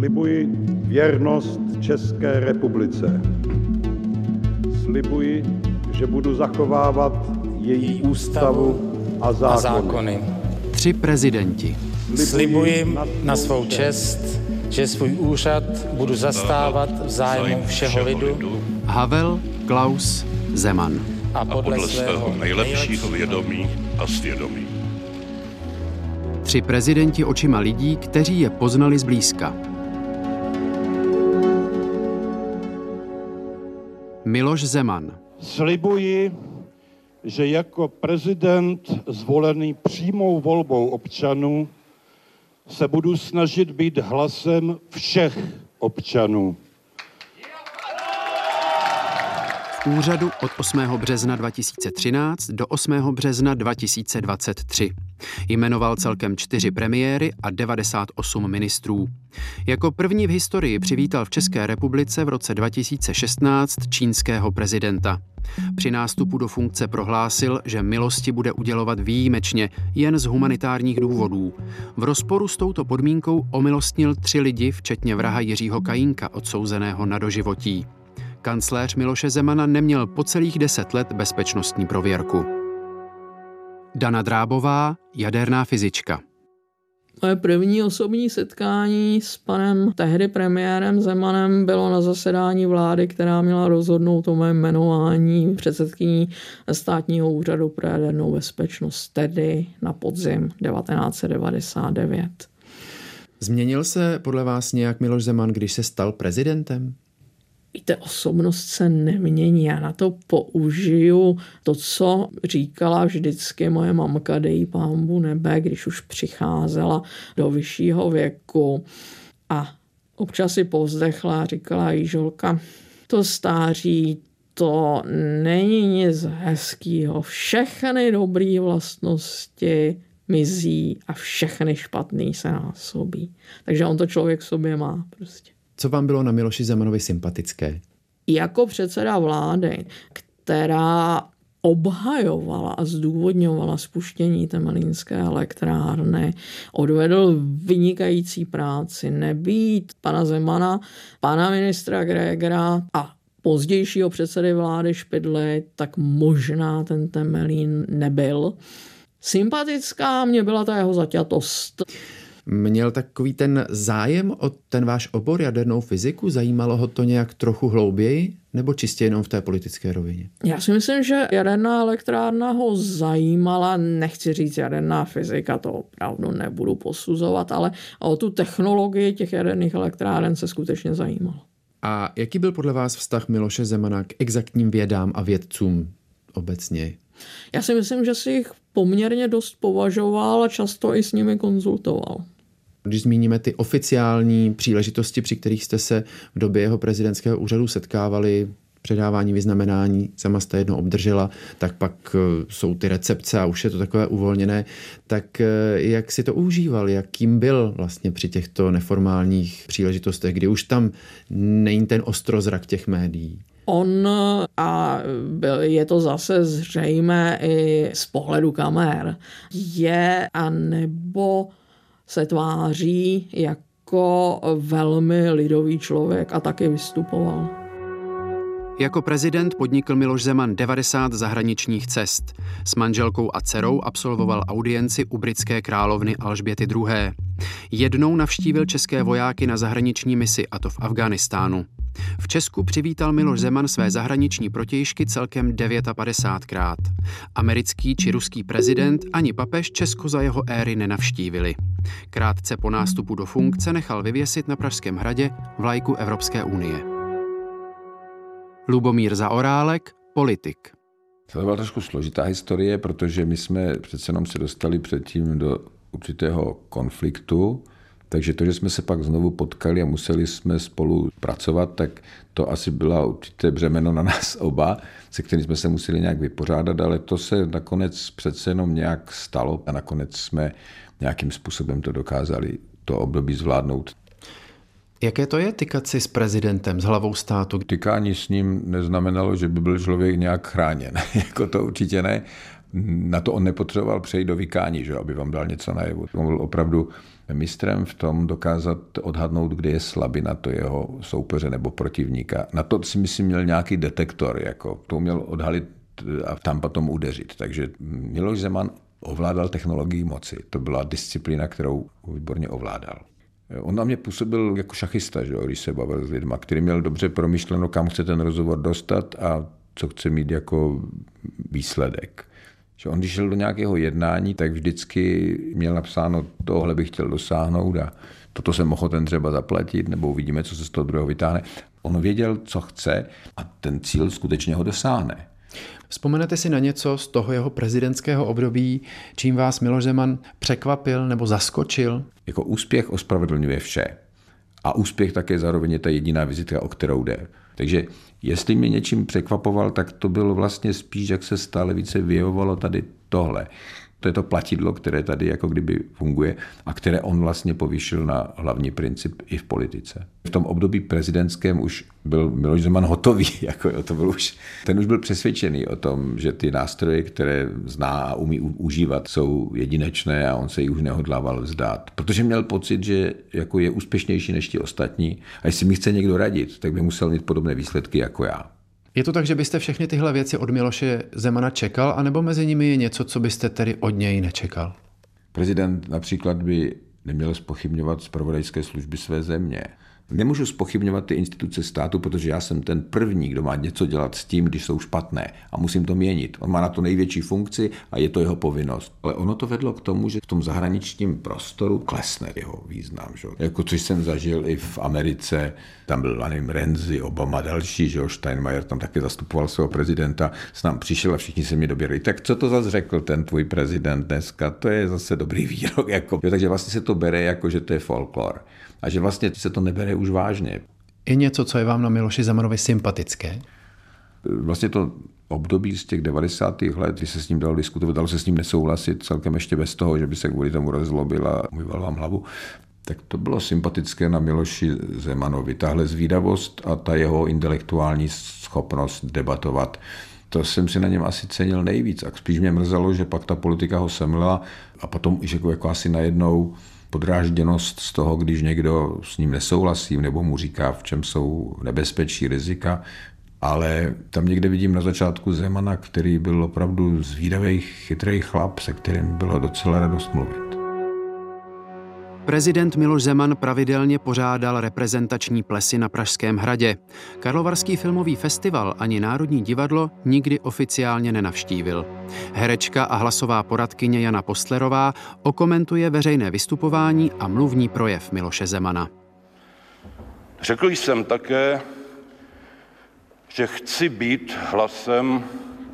Slibuji věrnost České republice. Slibuji, že budu zachovávat její ústavu a zákony. 3 prezidenti. Slibuji na svou čest, že svůj úřad budu zastávat v zájmu všeho lidu. Havel, Klaus, Zeman. A podle svého nejlepšího vědomí a svědomí. 3 prezidenti očima lidí, kteří je poznali zblízka. Miloš Zeman. Slibuji, že jako prezident zvolený přímou volbou občanů se budu snažit být hlasem všech občanů. V úřadu od 8. března 2013 do 8. března 2023. Jmenoval celkem 4 premiéry a 98 ministrů. Jako první v historii přivítal v České republice v roce 2016 čínského prezidenta. Při nástupu do funkce prohlásil, že milosti bude udělovat výjimečně, jen z humanitárních důvodů. V rozporu s touto podmínkou omilostnil 3 lidi, včetně vraha Jiřího Kajínka, odsouzeného na doživotí. Kancléř Miloše Zemana neměl po celých 10 let bezpečnostní prověrku. Dana Drábová, jaderná fyzička. Moje první osobní setkání s panem tehdy premiérem Zemanem bylo na zasedání vlády, která měla rozhodnout o mém jmenování předsedkyní Státního úřadu pro jadernou bezpečnost, tedy na podzim 1999. Změnil se podle vás nějak Miloš Zeman, když se stal prezidentem? Víte, osobnost se nemění. Já na to použiju to, co říkala vždycky moje mamka, dej pánbu nebe, když už přicházela do vyššího věku. A občas si povzdechla a říkala Jížolka, to stáří, to není nic hezkýho. Všechny dobré vlastnosti mizí a všechny špatný se násobí. Takže on to člověk v sobě má prostě. Co vám bylo na Miloši Zemanovi sympatické? Jako předseda vlády, která obhajovala a zdůvodňovala spuštění Temelínské elektrárny, odvedl vynikající práci. Nebýt pana Zemana, pana ministra Grégera a pozdějšího předsedy vlády Špidly, tak možná ten Temelín nebyl. Sympatická mě byla ta jeho zaťatost. Měl takový ten zájem o ten váš obor, jadernou fyziku? Zajímalo ho to nějak trochu hlouběji? Nebo čistě jenom v té politické rovině? Já si myslím, že jaderná elektrárna ho zajímala, nechci říct jaderná fyzika, to opravdu nebudu posuzovat, ale o tu technologii těch jaderných elektráren se skutečně zajímalo. A jaký byl podle vás vztah Miloše Zemana k exaktním vědám a vědcům obecně? Já si myslím, že si jich poměrně dost považoval a často i s nimi konzultoval. Když zmíníme ty oficiální příležitosti, při kterých jste se v době jeho prezidentského úřadu setkávali, předávání vyznamenání, sama jste jedno obdržela, tak pak jsou ty recepce a už je to takové uvolněné. Tak jak si to užíval, jakým byl vlastně při těchto neformálních příležitostech, kdy už tam není ten ostrozrak těch médií? On, a je to zase zřejmé i z pohledu kamer, je a nebo se tváří jako velmi lidový člověk a taky vystupoval. Jako prezident podnikl Miloš Zeman 90 zahraničních cest. S manželkou a dcerou absolvoval audienci u britské královny Alžběty II. Jednou navštívil české vojáky na zahraniční misi, a to v Afghánistánu. V Česku přivítal Miloš Zeman své zahraniční protějšky celkem 59krát. Americký či ruský prezident ani papež Česko za jeho éry nenavštívili. Krátce po nástupu do funkce nechal vyvěsit na Pražském hradě vlajku Evropské unie. Lubomír Zaorálek, politik. To byla trošku složitá historie, protože my jsme přece jenom se dostali předtím do určitého konfliktu, takže to, že jsme se pak znovu potkali a museli jsme spolu pracovat, tak to asi byla určité břemeno na nás oba, se kterým jsme se museli nějak vypořádat, ale to se nakonec přece jenom nějak stalo a nakonec jsme nějakým způsobem to dokázali to období zvládnout. Jaké to je tykat si s prezidentem, s hlavou státu? Tykání s ním neznamenalo, že by byl člověk nějak chráněn. Jako to určitě ne. Na to on nepotřeboval přejít do vykání, že, aby vám dal něco najevu. On byl opravdu mistrem v tom dokázat odhadnout, kde je slabina to jeho soupeře nebo protivníka. Na to si myslím měl nějaký detektor, jako to měl odhalit a tam potom udeřit. Takže Miloš Zeman ovládal technologii moci. To byla disciplína, kterou výborně ovládal. On na mě působil jako šachista, že, když se bavil s lidma, který měl dobře promyšleno, kam chce ten rozhovor dostat a co chce mít jako výsledek. Že on, když šel do nějakého jednání, tak vždycky měl napsáno, tohle bych chtěl dosáhnout a toto jsem ochoten třeba zaplatit, nebo uvidíme, co se z toho druhého vytáhne. On věděl, co chce a ten cíl skutečně ho dosáhne. Vzpomenete si na něco z toho jeho prezidentského období, čím vás Miloš Zeman překvapil nebo zaskočil? Jako úspěch ospravedlňuje vše. A úspěch také zároveň je ta jediná vizitka, o kterou jde. Takže jestli mě něčím překvapoval, tak to bylo vlastně spíš, jak se stále více vyjevovalo tady tohle. To je to platidlo, které tady jako kdyby funguje a které on vlastně povýšil na hlavní princip i v politice. V tom období prezidentském už byl Miloš Zeman hotový, ten už byl přesvědčený o tom, že ty nástroje, které zná a umí užívat, jsou jedinečné a on se jich už nehodlával vzdát. Protože měl pocit, že jako je úspěšnější než ti ostatní a jestli mi chce někdo radit, tak by musel mít podobné výsledky jako já. Je to tak, že byste všechny tyhle věci od Miloše Zemana čekal, anebo mezi nimi je něco, co byste tedy od něj nečekal? Prezident například by neměl zpochybňovat zpravodajské služby své země. Nemůžu zpochybňovat ty instituce státu, protože já jsem ten první, kdo má něco dělat s tím, když jsou špatné a musím to měnit. On má na to největší funkci a je to jeho povinnost. Ale ono to vedlo k tomu, že v tom zahraničním prostoru klesne jeho význam. Že? Jako což jsem zažil i v Americe, tam byl Renzi, Obama, další, že? Steinmeier tam taky zastupoval svého prezidenta, s nám přišel a všichni se mi doběrli. Tak co to zase řekl ten tvůj prezident dneska? To je zase dobrý výrok. Jako. Jo, takže vlastně se to bere jako, že to je folklor. A že vlastně se to nebere už vážně. Je něco, co je vám na Miloši Zemanovi sympatické? Vlastně to období z těch 90. let, kdy se s ním dalo diskutovat, dalo se s ním nesouhlasit celkem ještě bez toho, že by se kvůli tomu rozlobil a umýval vám hlavu, tak to bylo sympatické na Miloši Zemanovi. Tahle zvídavost a ta jeho intelektuální schopnost debatovat. To jsem si na něm asi cenil nejvíc. A spíš mě mrzelo, že pak ta politika ho semlela a potom jako asi najednou podrážděnost z toho, když někdo s ním nesouhlasí nebo mu říká, v čem jsou nebezpečí, rizika. Ale tam někde vidím na začátku Zemana, který byl opravdu zvídavý, chytrý chlap, se kterým bylo docela radost mluvit. Prezident Miloš Zeman pravidelně pořádal reprezentační plesy na Pražském hradě. Karlovarský filmový festival ani Národní divadlo nikdy oficiálně nenavštívil. Herečka a hlasová poradkyně Jana Postlerová okomentuje veřejné vystupování a mluvní projev Miloše Zemana. Řekl jsem také, že chci být hlasem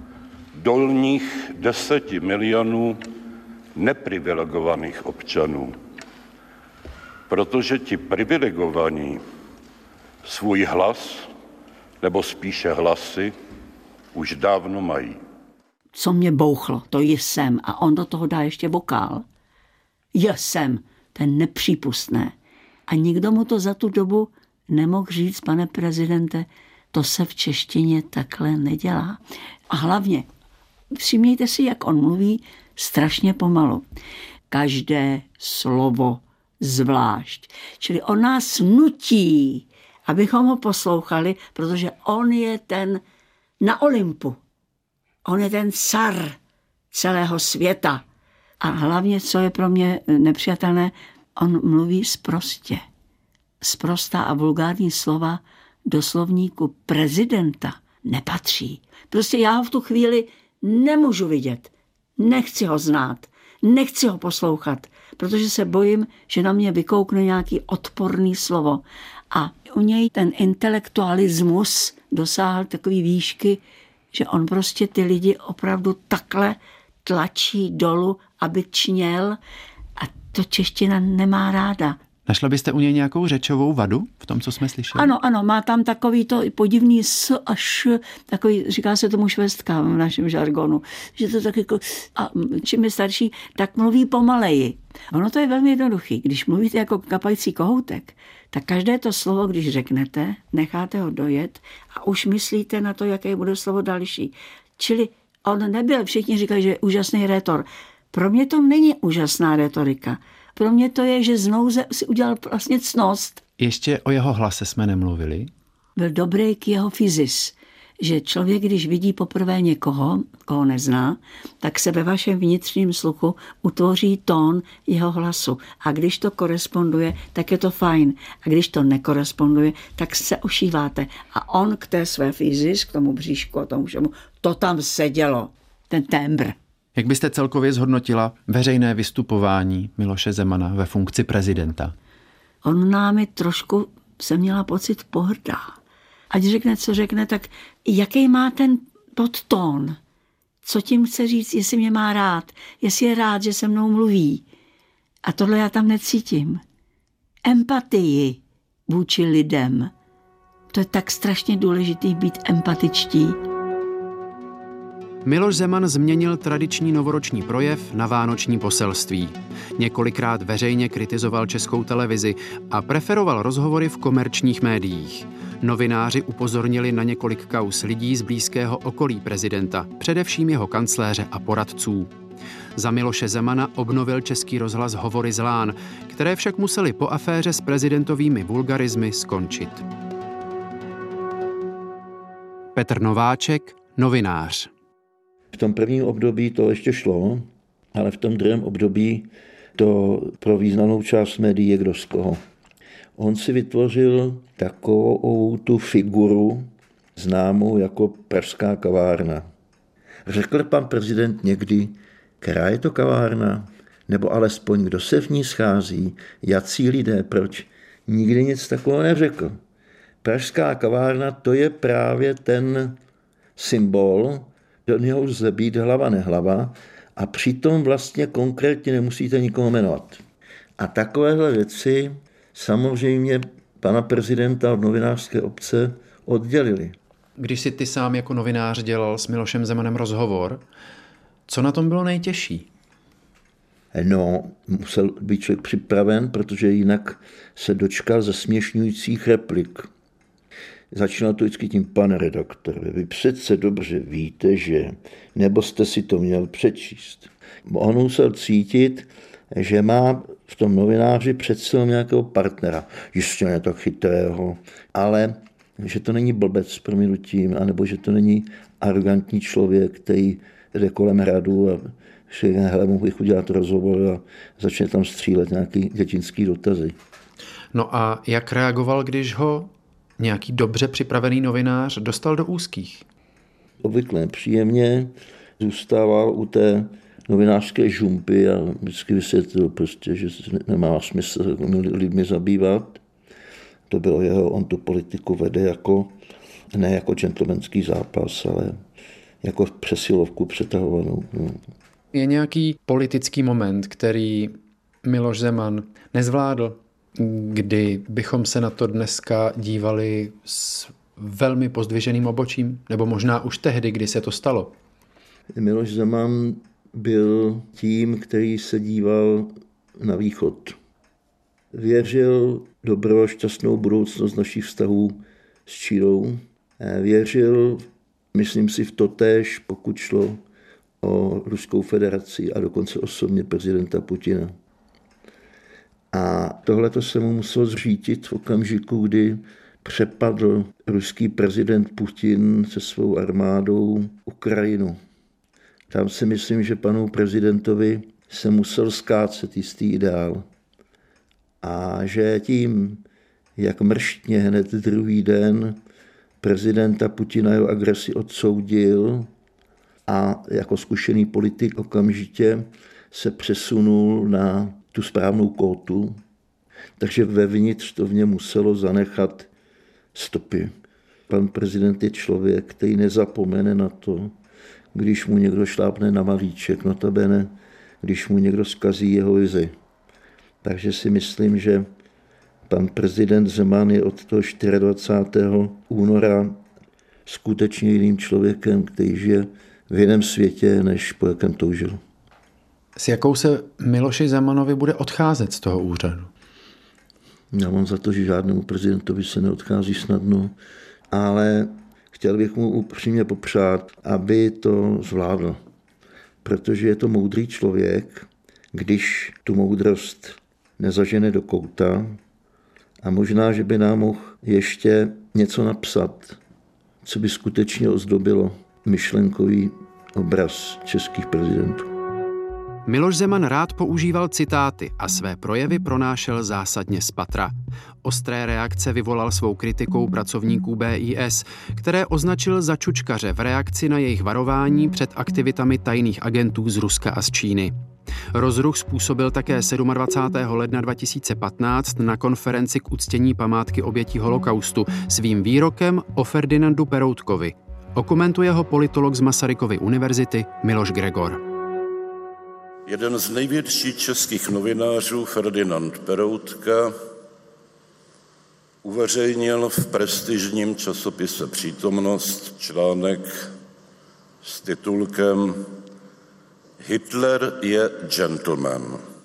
dolních 10 milionů neprivilegovaných občanů. Protože ti privilegovaní svůj hlas, nebo spíše hlasy, už dávno mají. Co mě bouchlo, to jsem, a on do toho dá ještě vokál. Jsem, to je nepřípustné. A nikdo mu to za tu dobu nemohl říct, pane prezidente, to se v češtině takhle nedělá. A hlavně, všimnějte si, jak on mluví strašně pomalu. Každé slovo zvlášť. Čili on nás nutí, abychom ho poslouchali, protože on je ten na Olympu. On je ten car celého světa. A hlavně, co je pro mě nepřijatelné, on mluví sprostě. Sprostá a vulgární slova do slovníku prezidenta nepatří. Prostě já ho v tu chvíli nemůžu vidět. Nechci ho znát. Nechci ho poslouchat, protože se bojím, že na mě vykoukne nějaký odporný slovo. A u něj ten intelektualismus dosáhl takový výšky, že on prostě ty lidi opravdu takhle tlačí dolů, aby čněl, a to čeština nemá ráda. Našla byste u něj nějakou řečovou vadu v tom, co jsme slyšeli? Ano, má tam takový to podivný s a š, takový, říká se tomu švestka v našem žargonu, že to tak jako, a čím je starší, tak mluví pomaleji. Ono to je velmi jednoduchý. Když mluvíte jako kapající kohoutek, tak každé to slovo, když řeknete, necháte ho dojet a už myslíte na to, jaké bude slovo další. Čili On nebyl, všichni říkají, že je úžasný rétor. Pro mě to není úžasná retorika. Pro mě to je, že znovu si udělal vlastně ctnost. Ještě o jeho hlase jsme nemluvili. Byl dobrý k jeho fyzis. Že člověk, když vidí poprvé někoho, koho nezná, tak se ve vašem vnitřním sluchu utvoří tón jeho hlasu. A když to koresponduje, tak je to fajn. A když to nekoresponduje, tak se ošíváte. A on k té své fyzis, k tomu bříšku a tomu všemu, to tam sedělo. Ten tembr. Jak byste celkově zhodnotila veřejné vystupování Miloše Zemana ve funkci prezidenta? On námi trošku, jsem měla pocit, pohrdá. Ať řekne, co řekne, tak jaký má ten podtón? Co tím chce říct, jestli mě má rád? Jestli je rád, že se mnou mluví? A tohle já tam necítím. Empatii vůči lidem. To je tak strašně důležitý být empatičtí. Miloš Zeman změnil tradiční novoroční projev na vánoční poselství. Několikrát veřejně kritizoval Českou televizi a preferoval rozhovory v komerčních médiích. Novináři upozornili na několik kauz lidí z blízkého okolí prezidenta, především jeho kancléře a poradců. Za Miloše Zemana obnovil Český rozhlas Hovory z Lán, které však museli po aféře s prezidentovými vulgarismy skončit. Petr Nováček, novinář. V tom prvním období to ještě šlo, ale v tom druhém období to pro významnou část médií je kdo z koho. On si vytvořil takovou tu figuru známou jako pražská kavárna. Řekl pan prezident někdy, která je to kavárna? Nebo alespoň kdo se v ní schází? Jací lidé? Proč? Nikdy nic takového neřekl. Pražská kavárna, to je právě ten symbol, do něho lze být hlava nehlava a přitom vlastně konkrétně nemusíte nikoho jmenovat. A takovéhle věci samozřejmě pana prezidenta od novinářské obce oddělili. Když si ty sám jako novinář dělal s Milošem Zemanem rozhovor, co na tom bylo nejtěžší? No, musel být člověk připraven, protože jinak se dočkal zesměšňujících replik. Začínal to vždycky tím, pane redaktore, vy přece dobře víte, že, nebo jste si to měl přečíst. On musel cítit, že má v tom novináři přece nějakého partnera, jistě ne tak chytrého, ale že to není blbec s prominutím, anebo že to není arrogantní člověk, který jde kolem hradu a řekne, hele, mohu bych udělat rozhovor a začne tam střílet nějaký dětinský dotazy. No a jak reagoval, když ho nějaký dobře připravený novinář dostal do úzkých? Obvykle příjemně zůstával u té novinářské žumpy a vždycky vysvětlil prostě, že nemá smysl lidmi zabývat. To bylo jeho, on tu politiku vede jako, ne jako gentlemanský zápas, ale jako přesilovku přetahovanou. No. Je nějaký politický moment, který Miloš Zeman nezvládl, kdy bychom se na to dneska dívali s velmi pozdviženým obočím? Nebo možná už tehdy, kdy se to stalo? Miloš Zeman byl tím, který se díval na východ. Věřil dobrou a šťastnou budoucnost našich vztahů s Čínou. Věřil, myslím si, v totéž, pokud šlo o Ruskou federaci a dokonce osobně prezidenta Putina. A tohleto se mu muselo zřítit v okamžiku, kdy přepadl ruský prezident Putin se svou armádou Ukrajinu. Tam si myslím, že panu prezidentovi se musel skácet jistý ideál. A že tím, jak mrštně hned druhý den prezidenta Putina jeho agresi odsoudil a jako zkušený politik okamžitě se přesunul na tu správnou kótu, takže vevnitř to v něm muselo zanechat stopy. Pan prezident je člověk, který nezapomene na to, když mu někdo šlápne na malíček, notabene, když mu někdo zkazí jeho vizi. Takže si myslím, že pan prezident Zeman je od toho 24. února skutečně jiným člověkem, který žije v jiném světě, než po jakém toužil. S jakou se Miloši Zemanovi bude odcházet z toho úřadu? Já mám za to, že žádnému prezidentovi se neodchází snadno, ale chtěl bych mu upřímně popřát, aby to zvládl. Protože je to moudrý člověk, když tu moudrost nezažene do kouta, a možná, že by nám mohl ještě něco napsat, co by skutečně ozdobilo myšlenkový obraz českých prezidentů. Miloš Zeman rád používal citáty a své projevy pronášel zásadně z patra. Ostré reakce vyvolal svou kritikou pracovníků BIS, které označil za čučkaře v reakci na jejich varování před aktivitami tajných agentů z Ruska a z Číny. Rozruch způsobil také 27. ledna 2015 na konferenci k uctění památky obětí holokaustu svým výrokem o Ferdinandu Peroutkovi. Okomentuje ho politolog z Masarykovy univerzity Miloš Gregor. Jeden z největších českých novinářů, Ferdinand Peroutka, uveřejnil v prestižním časopise Přítomnost článek s titulkem Hitler je gentleman.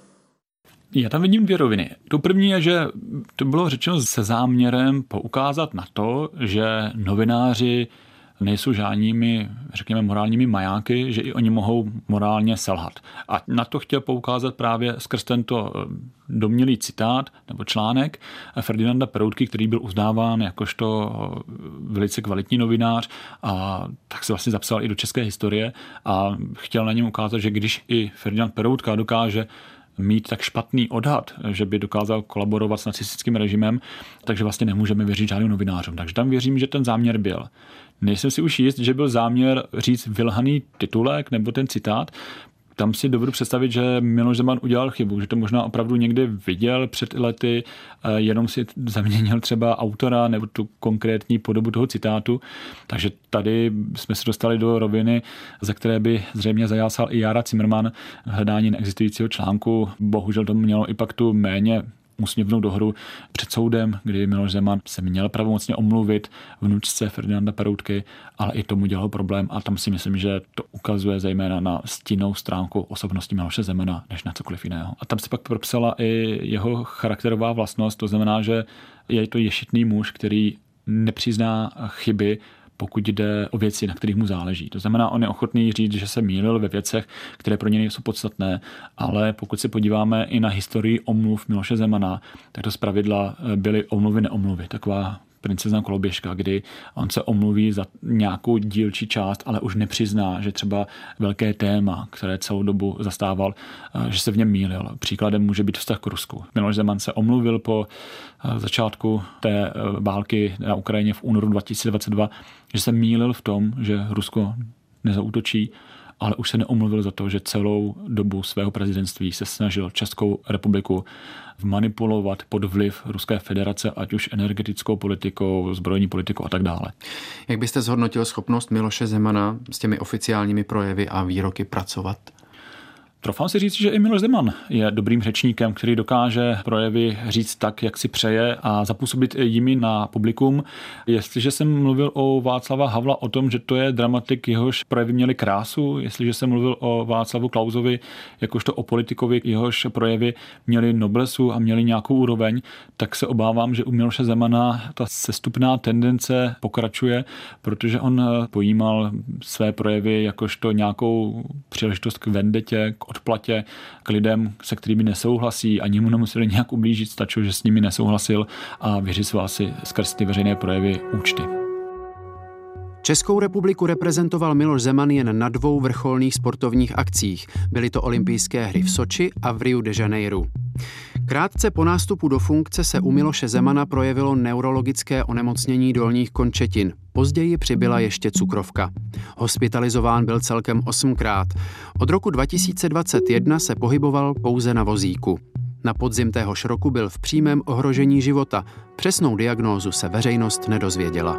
Já tam vidím dvě roviny. To první je, že to bylo řečeno se záměrem poukázat na to, že novináři nejsou žádnými, řekněme, morálními majáky, že i oni mohou morálně selhat. A na to chtěl poukázat právě skrz tento domnělý citát nebo článek Ferdinanda Peroutky, který byl uznáván jakožto velice kvalitní novinář a tak se vlastně zapsal i do české historie a chtěl na něm ukázat, že když i Ferdinand Peroutka dokáže mít tak špatný odhad, že by dokázal kolaborovat s nacistickým režimem, takže vlastně nemůžeme věřit žádným novinářům. Takže tam věřím, že ten záměr byl. Nejsem si už jist, že byl záměr říct vylhaný titulek nebo ten citát. Tam si dovedu představit, že Miloš Zeman udělal chybu, že to možná opravdu někde viděl před lety, jenom si zaměnil třeba autora nebo tu konkrétní podobu toho citátu. Takže tady jsme se dostali do roviny, za které by zřejmě zajásal i Jára Cimrman v hledání neexistujícího článku. Bohužel to mělo i pak tu méně úsměvnou dohru před soudem, kdy Miloš Zeman se měl pravomocně omluvit vnučce Ferdinanda Peroutky, ale i tomu dělal problém a tam si myslím, že to ukazuje zejména na stinnou stránku osobnosti Miloše Zemana, než na cokoliv jiného. A tam se pak propsala i jeho charakterová vlastnost, to znamená, že je to ješitný muž, který nepřizná chyby, pokud jde o věci, na kterých mu záleží. To znamená, on je ochotný říct, že se mýlil ve věcech, které pro něj nejsou podstatné, ale pokud se podíváme i na historii omluv Miloše Zemana, tak to zpravidla byly omluvy neomluvy. Taková princezna koloběžka, kdy on se omluví za nějakou dílčí část, ale už nepřizná, že třeba velké téma, které celou dobu zastával, že se v něm mýlil. Příkladem může být vztah k Rusku. Miloš Zeman se omluvil po začátku té války na Ukrajině v únoru 2022, že se mýlil v tom, že Rusko nezaútočí, ale už se neomluvil za to, že celou dobu svého prezidentství se snažil Českou republiku manipulovat pod vliv Ruské federace, ať už energetickou politikou, zbrojní politikou a tak dále. Jak byste zhodnotil schopnost Miloše Zemana s těmi oficiálními projevy a výroky pracovat? Troufám si říct, že i Miloš Zeman je dobrým řečníkem, který dokáže projevy říct tak, jak si přeje a zapůsobit jimi na publikum. Jestliže jsem mluvil o Václava Havla o tom, že to je dramatik, jehož projevy měly krásu, jestliže jsem mluvil o Václavu Klausovi, jakožto o politikovi, jehož projevy měly noblesu a měly nějakou úroveň, tak se obávám, že u Miloše Zemana ta sestupná tendence pokračuje, protože on pojímal své projevy jakožto nějakou příležitost k vendetě, k odplatě, k lidem, se kterými nesouhlasí, ani mu nemuseli nějak ublížit, stačilo, že s nimi nesouhlasil a vyřizoval si skrz ty veřejné projevy účty. Českou republiku reprezentoval Miloš Zeman jen na 2 vrcholných sportovních akcích. Byly to olympijské hry v Soči a v Rio de Janeiro. Krátce po nástupu do funkce se u Miloše Zemana projevilo neurologické onemocnění dolních končetin. Později přibyla ještě cukrovka. Hospitalizován byl celkem 8krát. Od roku 2021 se pohyboval pouze na vozíku. Na podzim téhož roku byl v přímém ohrožení života. Přesnou diagnózu se veřejnost nedozvěděla.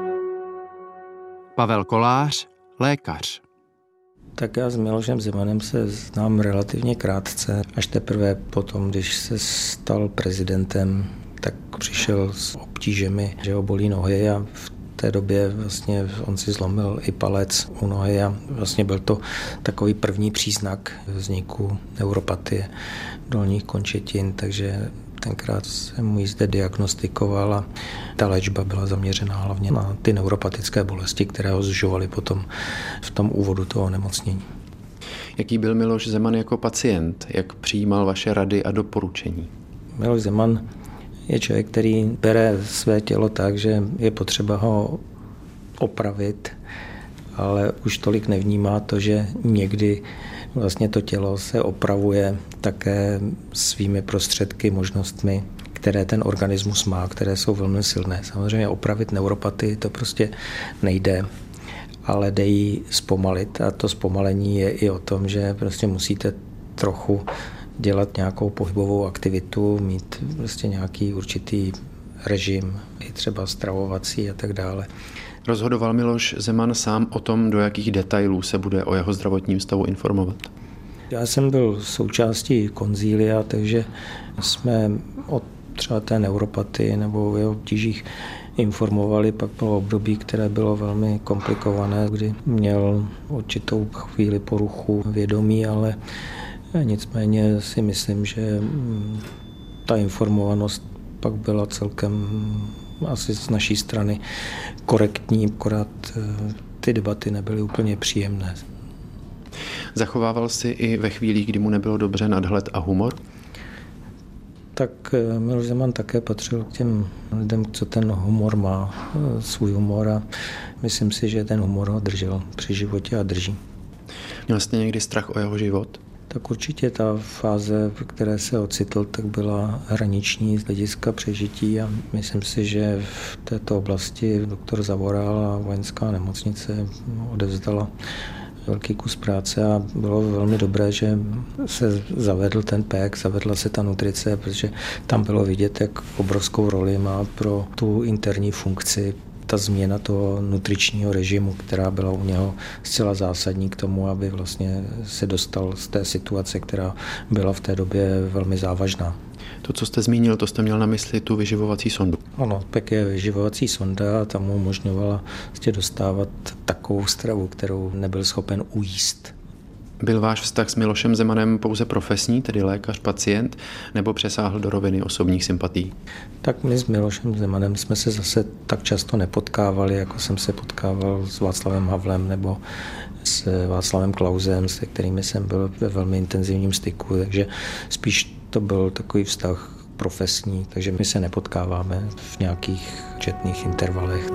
Pavel Kolář, lékař. Tak já s Milošem Zemanem se znám relativně krátce. Až teprve potom, když se stal prezidentem, tak přišel s obtížemi, že ho bolí nohy a v té době vlastně on si zlomil i palec u nohy a vlastně byl to takový první příznak vzniku neuropatie dolních končetin, takže Tenkrát jsem mu ji zde diagnostikoval a ta léčba byla zaměřená hlavně na ty neuropatické bolesti, které ho zžovaly potom v tom úvodu toho onemocnění. Jaký byl Miloš Zeman jako pacient? Jak přijímal vaše rady a doporučení? Miloš Zeman je člověk, který bere své tělo tak, že je potřeba ho opravit, ale už tolik nevnímá to, že někdy vlastně to tělo se opravuje také svými prostředky, možnostmi, které ten organismus má, které jsou velmi silné. Samozřejmě opravit neuropatii to prostě nejde, ale jde ji zpomalit a to zpomalení je i o tom, že prostě musíte trochu dělat nějakou pohybovou aktivitu, mít prostě nějaký určitý režim, i třeba stravovací a tak dále. Rozhodoval Miloš Zeman sám o tom, do jakých detailů se bude o jeho zdravotním stavu informovat? Já jsem byl součástí konzília, takže jsme o třeba té neuropatii nebo o jeho obtížích informovali. Pak bylo období, které bylo velmi komplikované, kdy měl určitou chvíli poruchu vědomí, ale nicméně si myslím, že ta informovanost pak byla celkem asi z naší strany korektní, akorát ty debaty nebyly úplně příjemné. Zachovával si i ve chvílích, kdy mu nebylo dobře, nadhled a humor? Tak Miloš Zeman také patřil k těm lidem, co ten humor má, svůj humor a myslím si, že ten humor ho držel při životě a drží. Měl jste někdy strach o jeho život? Tak určitě ta fáze, v které se ocitl, tak byla hraniční z hlediska přežití a myslím si, že v této oblasti doktor Zavoral a vojenská nemocnice odevzdala velký kus práce a bylo velmi dobré, že se zavedl ten PEK, zavedla se ta nutrice, protože tam bylo vidět, jak obrovskou roli má pro tu interní funkci ta změna toho nutričního režimu, která byla u něho zcela zásadní k tomu, aby vlastně se dostal z té situace, která byla v té době velmi závažná. To, co jste zmínil, to jste měl na mysli tu vyživovací sondu. Ano, PEK je vyživovací sonda a tam mu umožňovala dostávat takovou stravu, kterou nebyl schopen ujíst. Byl váš vztah s Milošem Zemanem pouze profesní, tedy lékař-pacient, nebo přesáhl do roviny osobních sympatií? Tak my s Milošem Zemanem jsme se zase tak často nepotkávali, jako jsem se potkával s Václavem Havlem nebo s Václavem Klausem, se kterými jsem byl ve velmi intenzivním styku, takže spíš to byl takový vztah profesní, takže my se nepotkáváme v nějakých četných intervalech.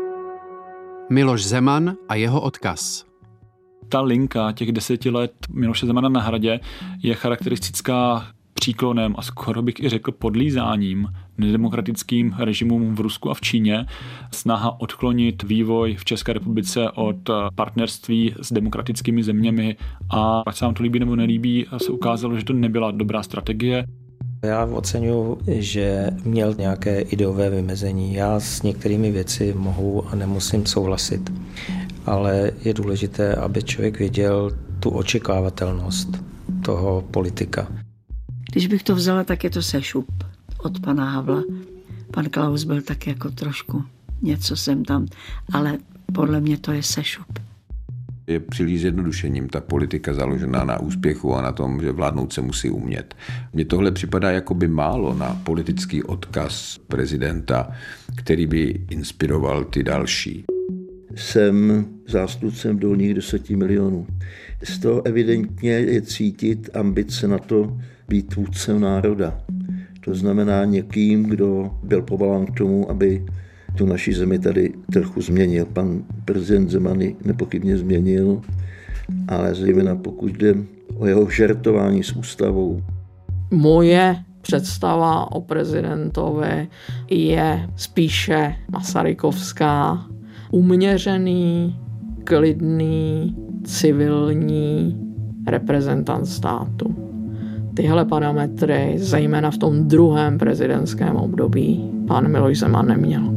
Miloš Zeman a jeho odkaz. Ta linka těch 10 let Miloše Zemana na Hradě je charakteristická příklonem a skoro bych i řekl podlízáním nedemokratickým režimům v Rusku a v Číně. Snaha odklonit vývoj v České republice od partnerství s demokratickými zeměmi a ať se vám to líbí nebo nelíbí, se ukázalo, že to nebyla dobrá strategie. Já oceňuji, že měl nějaké ideové vymezení. Já s některými věci mohu a nemusím souhlasit, ale je důležité, aby člověk věděl tu očekávatelnost toho politika. Když bych to vzala, tak je to sešup od pana Havla. Pan Klaus byl tak jako trošku něco sem tam, ale podle mě to je sešup. Je příliš zjednodušením ta politika založená na úspěchu a na tom, že vládnout se musí umět. Mně tohle připadá jakoby málo na politický odkaz prezidenta, který by inspiroval ty další. Jsem zástupcem dolních 10 milionů. Z toho evidentně je cítit ambice na to být vůdcem národa. To znamená někým, kdo byl povolán k tomu, aby tu naši zemi tady trochu změnil. Pan prezident Zeman nepochybně změnil, ale zejména pokud jde o jeho žertování s ústavou. Moje představa o prezidentovi je spíše masarykovská. Uměřený, klidný, civilní reprezentant státu. Tyhle parametry, zejména v tom druhém prezidentském období, pan Miloš Zeman neměl.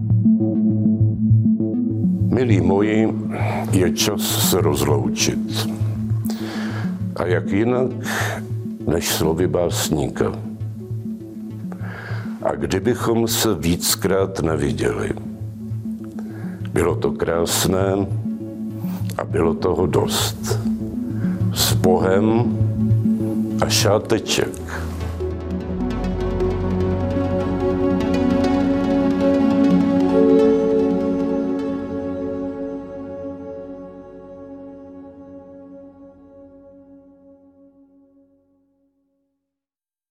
Milí moji, je čas se rozloučit. A jak jinak, než slovy básníka. A kdybychom se víckrát neviděli. Bylo to krásné a bylo toho dost. S Bohem a šáteček.